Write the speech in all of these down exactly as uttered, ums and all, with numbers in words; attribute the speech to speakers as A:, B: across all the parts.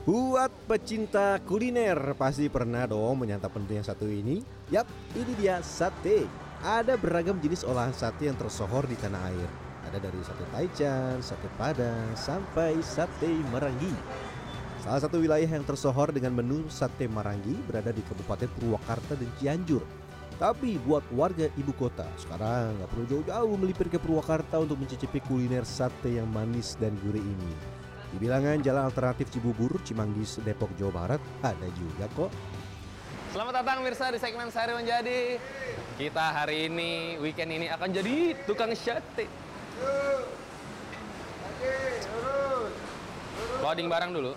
A: Buat pecinta kuliner pasti pernah dong menyantap menu yang satu ini. Yap, ini dia sate. Ada beragam jenis olahan sate yang tersohor di tanah air. Ada dari sate taichan, sate padang, sampai sate marangi. Salah satu wilayah yang tersohor dengan menu sate marangi berada di Kabupaten Purwakarta dan Cianjur. Tapi buat warga ibu kota, sekarang nggak perlu jauh-jauh melipir ke Purwakarta untuk mencicipi kuliner sate yang manis dan gurih ini. Di bilangan jalan alternatif Cibubur, Cimanggis, Depok, Jawa Barat, ada juga kok.
B: Selamat datang Mirsa di segmen Sehari Menjadi. Kita hari ini, weekend ini akan jadi tukang sate. Loading barang dulu.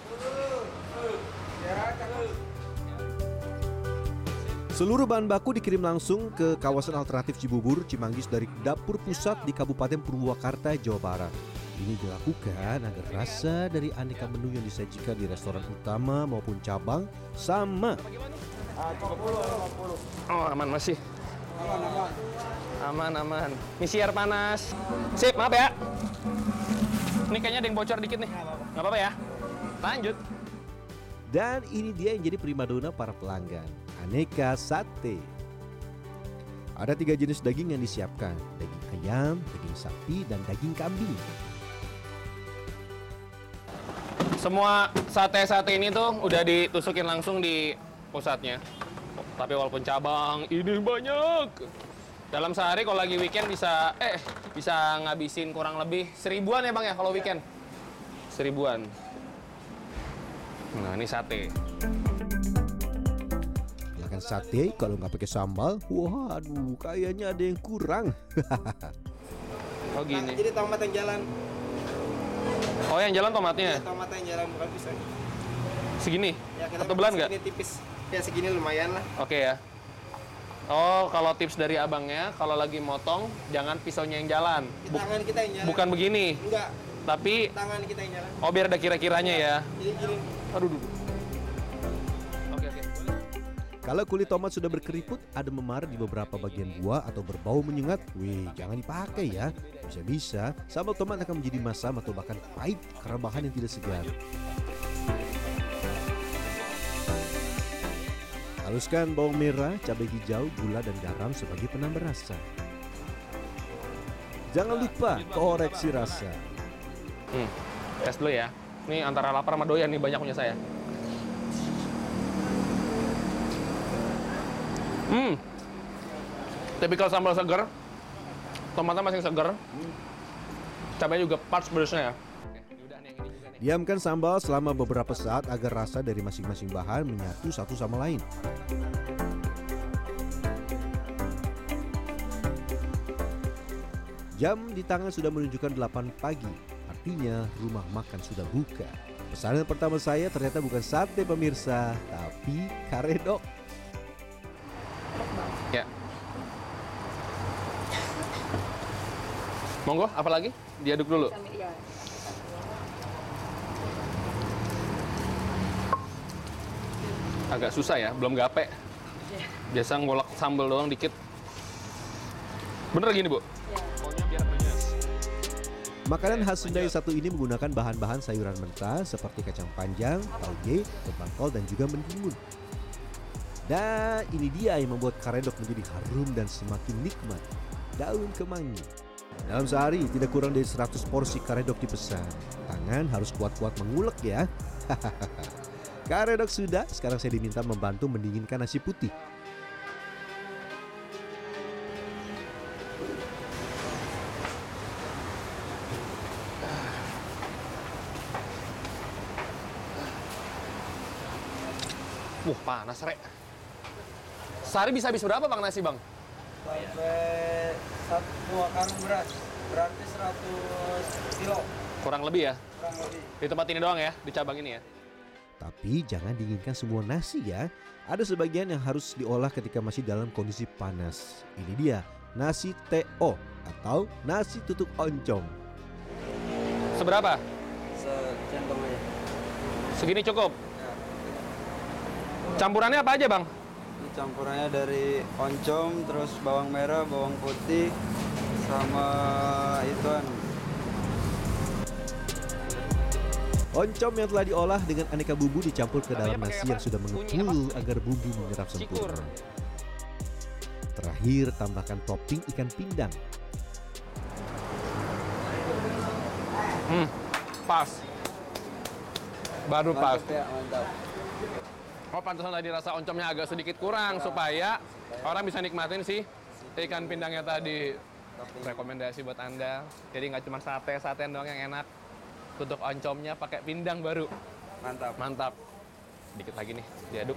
A: Seluruh bahan baku dikirim langsung ke kawasan alternatif Cibubur, Cimanggis dari dapur pusat di Kabupaten Purwakarta, Jawa Barat. Ini dilakukan agar rasa dari aneka menu yang disajikan di restoran utama maupun cabang sama.
B: Oh, aman masih. Aman, aman. Misi air panas. Sip, maaf ya. Ini kayaknya ada yang bocor dikit nih. Nggak apa-apa ya. Lanjut.
A: Dan ini dia yang jadi primadona para pelanggan. Aneka sate. Ada tiga jenis daging yang disiapkan. Daging ayam, daging sapi, dan daging kambing.
B: Semua sate-sate ini tuh udah ditusukin langsung di pusatnya. Tapi walaupun cabang ini banyak. Dalam sehari kalau lagi weekend bisa eh bisa ngabisin kurang lebih seribuan ya Bang ya kalau weekend. Seribuan. Nah, ini sate.
A: Makan sate kalau nggak pakai sambal, waduh kayaknya ada yang kurang.
B: Oh gini.
C: Nah, jadi tomat yang jalan.
B: Oh yang jalan tomatnya?
C: Ya, tomat yang jalan bukan pisang.
B: Segini?
C: Ya, kita
B: Ketebelan nggak?
C: Segini tipis. Ya segini lumayan lah.
B: Oke ya. Oh kalau tips dari abangnya, kalau lagi motong jangan pisaunya yang jalan.
C: Buk tangan kita yang jalan.
B: Bukan begini.
C: Enggak.
B: Tapi.
C: Tangan kita yang jalan.
B: Oh biar ada kira-kiranya ya.
C: Jadi gini.
B: Aduh. Duh. Oke oke.
A: Kalau kulit tomat sudah berkeriput, ada memar di beberapa bagian buah atau berbau menyengat, wih jangan dipakai ya. Bisa-bisa sambal tomat akan menjadi masam atau bahkan pahit karena bahan yang tidak segar. Haluskan bawang merah, cabai hijau, gula, dan garam sebagai penambah rasa. Jangan lupa koreksi rasa.
B: Hmm. Tes dulu ya. Ini antara lapar sama doyan nih banyak punya saya. Hmm. Tipikal sambal segar. Tomatnya masih segar. Cabanya juga pas pedasnya ya.
A: Diamkan sambal selama beberapa saat agar rasa dari masing-masing bahan menyatu satu sama lain. Jam di tangan sudah menunjukkan delapan pagi, artinya rumah makan sudah buka. Pesanan pertama saya ternyata bukan sate pemirsa, tapi karedok.
B: Ya. Monggo, apa lagi? Diaduk dulu. Agak susah ya, belum gape. Biasa ngolak sambal doang dikit. Bener gini, Bu?
A: Makanan khas Sunda yang satu ini menggunakan bahan-bahan sayuran mentah seperti kacang panjang, tauge, kentang kol, dan juga mentimun. Dan ini dia yang membuat karedok menjadi harum dan semakin nikmat. Daun kemangi. Dalam sehari tidak kurang dari seratus porsi karedok dipesan. Tangan harus kuat-kuat mengulek ya. Karedok sudah, sekarang saya diminta membantu mendinginkan nasi putih.
B: Wuh, panas, Rek. Sehari bisa habis berapa, Bang, nasi, Bang?
C: Sampai satu karung beras. Berarti seratus kilo.
B: Kurang lebih ya?
C: Kurang lebih.
B: Di tempat ini doang ya? Di cabang ini ya?
A: Tapi jangan dinginkan semua nasi ya. Ada sebagian yang harus diolah ketika masih dalam kondisi panas. Ini dia, nasi T O atau nasi tutuk oncom.
B: Seberapa?
C: Secentong aja.
B: Segini cukup?
C: Ya.
B: Campurannya apa aja, Bang?
C: Ini campurannya dari oncom, terus bawang merah, bawang putih, sama ituan
A: Oncom yang telah diolah dengan aneka bumbu dicampur ke dalam nasi yang sudah mengepul agar bumbu menyerap sempurna. Terakhir, tambahkan topping ikan pindang.
B: Hmm, pas. Baru pas.
C: Mantap ya, mantap.
B: Oh, pantesan tadi rasa oncomnya agak sedikit kurang supaya orang bisa nikmatin sih ikan pindangnya tadi. Rekomendasi buat Anda. Jadi nggak cuma sate-satean doang yang enak. Tutuk oncomnya pakai pindang baru.
C: Mantap.
B: Mantap. Dikit lagi nih, diaduk.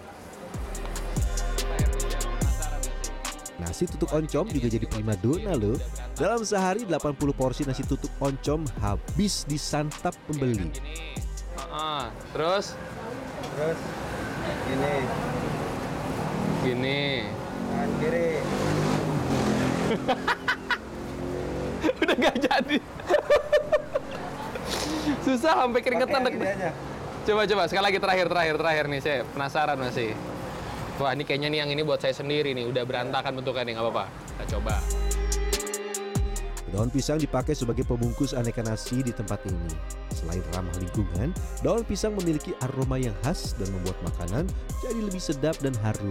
A: Nasi tutuk oncom juga jadi primadona loh. Dalam sehari delapan puluh porsi nasi tutuk oncom habis disantap pembeli.
B: Uh-uh. Terus?
C: Terus ini
B: Gini.
C: tangan kiri.
B: Udah gak jadi. Susah sampai keringetan.
C: Pakai yang gini aja.
B: Coba coba sekali lagi terakhir terakhir terakhir nih, saya penasaran masih. Wah, ini kayaknya nih yang ini buat saya sendiri nih, udah berantakan bentukannya, nggak apa-apa. Kita coba.
A: Daun pisang dipakai sebagai pembungkus aneka nasi di tempat ini. Selain ramah lingkungan, daun pisang memiliki aroma yang khas dan membuat makanan jadi lebih sedap dan harum.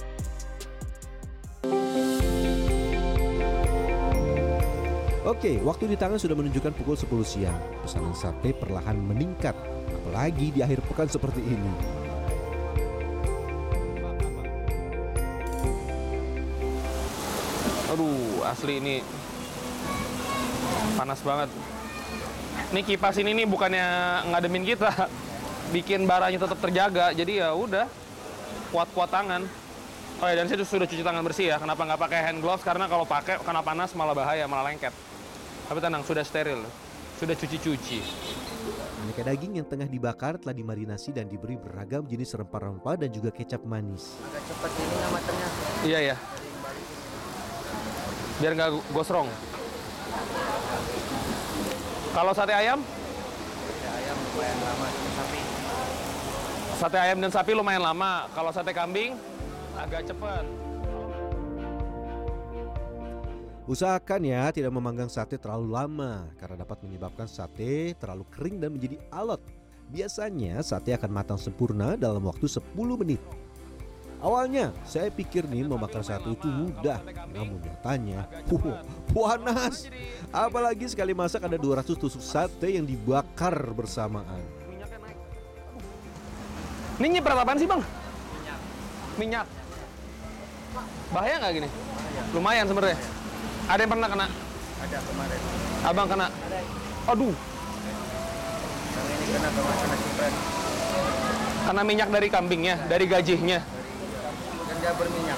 A: Oke, waktu di tangan sudah menunjukkan pukul sepuluh siang. Pesanan sate perlahan meningkat, apalagi di akhir pekan seperti ini.
B: Aduh, asli ini panas banget. Ini kipas ini nih bukannya ngademin kita, bikin baranya tetap terjaga. Jadi ya udah, kuat-kuat tangan. Oh ya, dan saya sudah cuci tangan bersih ya. Kenapa nggak pakai hand gloves? Karena kalau pakai karena panas malah bahaya, malah lengket. Tapi tenang, sudah steril, sudah cuci-cuci.
A: Aneka daging yang tengah dibakar telah dimarinasi dan diberi beragam jenis rempah-rempah dan juga kecap manis.
C: Agak cepat ini matangnya.
B: Iya ya. Biar nggak gosrong. Kalau sate ayam?
C: Sate ayam lumayan lama, sapi.
B: Sate ayam dan sapi lumayan lama. Kalau sate kambing agak cepat.
A: Usahakan ya tidak memanggang sate terlalu lama karena dapat menyebabkan sate terlalu kering dan menjadi alot. Biasanya sate akan matang sempurna dalam waktu sepuluh menit. Awalnya saya pikir nih membakar sate itu mudah, namun nyatanya huh, panas. Apalagi sekali masak ada dua ratus tusuk sate yang dibakar bersamaan.
B: Ini nyiprat apaan sih bang? Minyak. Minyak. Bahaya nggak gini? Lumayan sebenarnya. Ada yang pernah kena?
C: Ada kemarin.
B: Abang kena?
C: Ada.
B: Aduh.
C: Yang ini kena kena ciprat.
B: Karena minyak dari kambingnya, dari gajihnya.
C: Kan dia berminyak.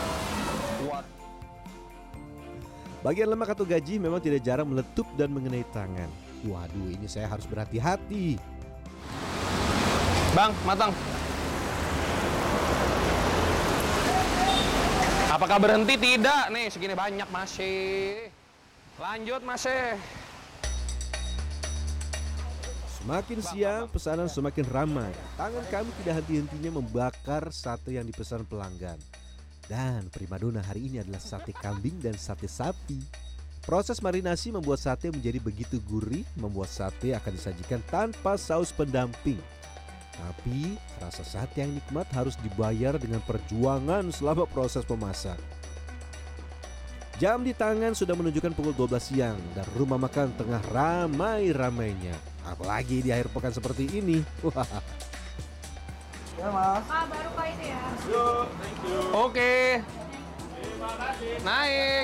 A: Bagian lemak atau gaji memang tidak jarang meletup dan mengenai tangan. Waduh, ini saya harus berhati-hati.
B: Bang, matang. Apakah berhenti? Tidak. Nih, segini banyak masih. Lanjut masih.
A: Semakin siang, pesanan semakin ramai. Tangan kami tidak henti-hentinya membakar sate yang dipesan pelanggan. Dan primadona hari ini adalah sate kambing dan sate sapi. Proses marinasi membuat sate menjadi begitu gurih, membuat sate akan disajikan tanpa saus pendamping. Tapi rasa sate yang nikmat harus dibayar dengan perjuangan selama proses memasak. Jam di tangan sudah menunjukkan pukul dua belas siang dan rumah makan tengah ramai-ramainya. Apalagi di akhir pekan seperti ini. Wah.
C: Ya mas.
D: Ah, baru kali itu ya.
B: Oke. Naik.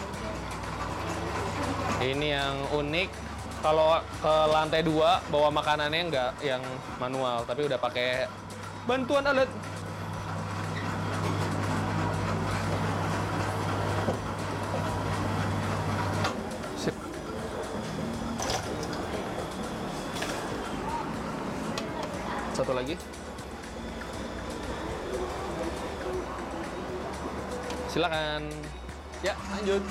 B: Ini yang unik. Kalau ke lantai dua bawa makanannya nggak yang manual, tapi udah pakai bantuan alat. Sip. Satu lagi. Silakan. Ya, lanjut.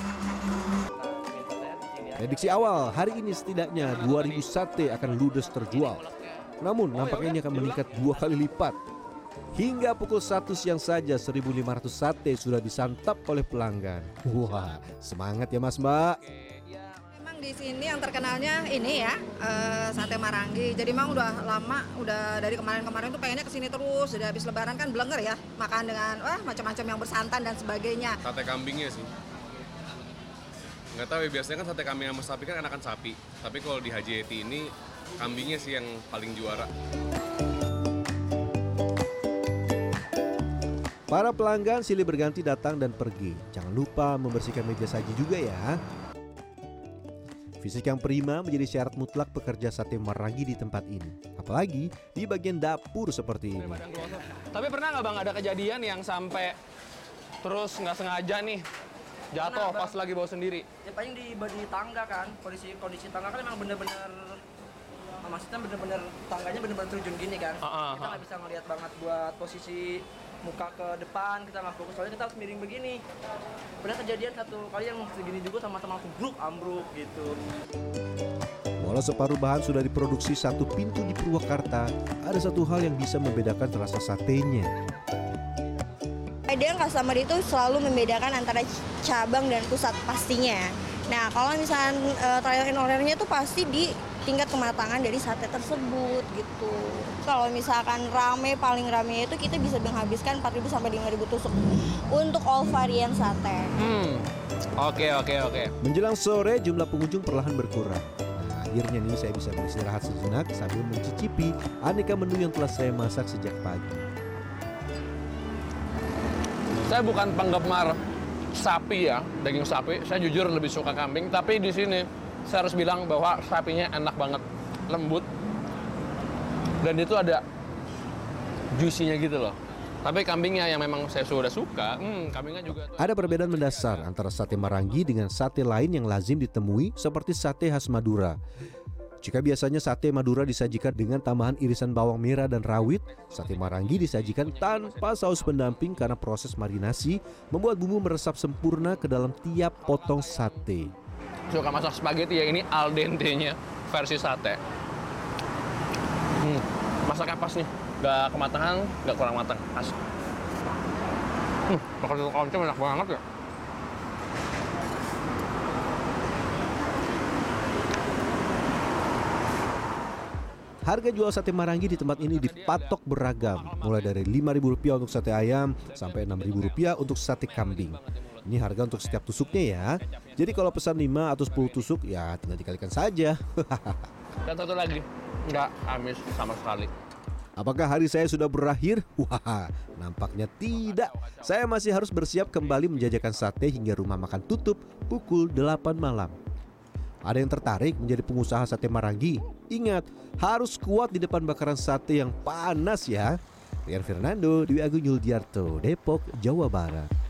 A: Prediksi awal, hari ini setidaknya dua ribu sate akan ludes terjual. Namun nampaknya ini akan meningkat dua kali lipat. Hingga pukul satu siang saja seribu lima ratus sate sudah disantap oleh pelanggan. Wah, semangat ya Mas Mbak.
D: Emang di sini yang terkenalnya ini ya, eh, sate Marangi. Jadi memang udah lama, udah dari kemarin-kemarin tuh pengennya kesini terus. Jadi habis lebaran kan blenger ya, makan dengan wah macam-macam yang bersantan dan sebagainya.
E: Sate kambingnya sih. Nggak tahu ya, biasanya kan sate kambing sama sapi kan enakan sapi. Tapi kalau di Haji Eti ini, kambingnya sih yang paling juara.
A: Para pelanggan silih berganti datang dan pergi. Jangan lupa membersihkan meja saji juga ya. Fisik yang prima menjadi syarat mutlak pekerja sate Marangi di tempat ini. Apalagi di bagian dapur seperti ini.
B: Tapi pernah nggak Bang ada kejadian yang sampai terus nggak sengaja nih jatuh
F: Pernah,
B: pas lagi bawa sendiri?
F: Ya paling di di tangga kan, kondisi kondisi tangga kan memang bener-bener, maksudnya bener-bener tangganya bener-bener terjun gini kan.
B: Uh, uh,
F: kita nggak
B: uh.
F: bisa ngelihat banget buat posisi muka ke depan, kita nggak fokus soalnya kita harus miring begini. Pernah kejadian satu kali yang segini juga sama-sama langsung bruk ambruk gitu.
A: Walau separuh bahan sudah diproduksi satu pintu di Purwakarta, ada satu hal yang bisa membedakan rasa satenya.
G: Kadang customer itu selalu membedakan antara cabang dan pusat pastinya. Nah, kalau misalnya uh, trial and error-nya itu pasti di tingkat kematangan dari sate tersebut gitu. Kalau misalkan rame, paling rame itu kita bisa menghabiskan empat ribu sampai lima ribu tusuk untuk all varian sate.
B: Hmm. Oke, oke, oke.
A: Menjelang sore jumlah pengunjung perlahan berkurang. Nah, akhirnya nih saya bisa beristirahat sejenak sambil mencicipi aneka menu yang telah saya masak sejak pagi.
B: Saya bukan penggemar sapi ya, daging sapi. Saya jujur lebih suka kambing, tapi di sini saya harus bilang bahwa sapinya enak banget, lembut. Dan itu ada juicy-nya gitu loh. Tapi kambingnya yang memang saya sudah suka, hmm, kambingnya juga.
A: Ada perbedaan mendasar antara sate Marangi dengan sate lain yang lazim ditemui seperti sate khas Madura. Jika biasanya sate Madura disajikan dengan tambahan irisan bawang merah dan rawit, sate Marangi disajikan tanpa saus pendamping karena proses marinasi membuat bumbu meresap sempurna ke dalam tiap potong sate.
B: Suka masak spaghetti ya, ini al dente-nya versi sate. Hmm, masaknya pas nih, nggak kematangan, nggak kurang matang, pas. Hmm, makan satu oncom enak banget ya.
A: Harga jual sate Marangi di tempat ini dipatok beragam, mulai dari lima ribu rupiah untuk sate ayam sampai enam ribu rupiah untuk sate kambing. Ini harga untuk setiap tusuknya ya. Jadi kalau pesan lima atau sepuluh tusuk ya tinggal dikalikan saja.
B: Dan satu lagi, nggak amis sama sekali.
A: Apakah hari saya sudah berakhir? Wah, nampaknya tidak. Saya masih harus bersiap kembali menjajakan sate hingga rumah makan tutup pukul delapan malam. Ada yang tertarik menjadi pengusaha sate Marangi? Ingat, harus kuat di depan bakaran sate yang panas ya. Rian Fernando, Dwi Agung Yuldiarto, Depok, Jawa Barat.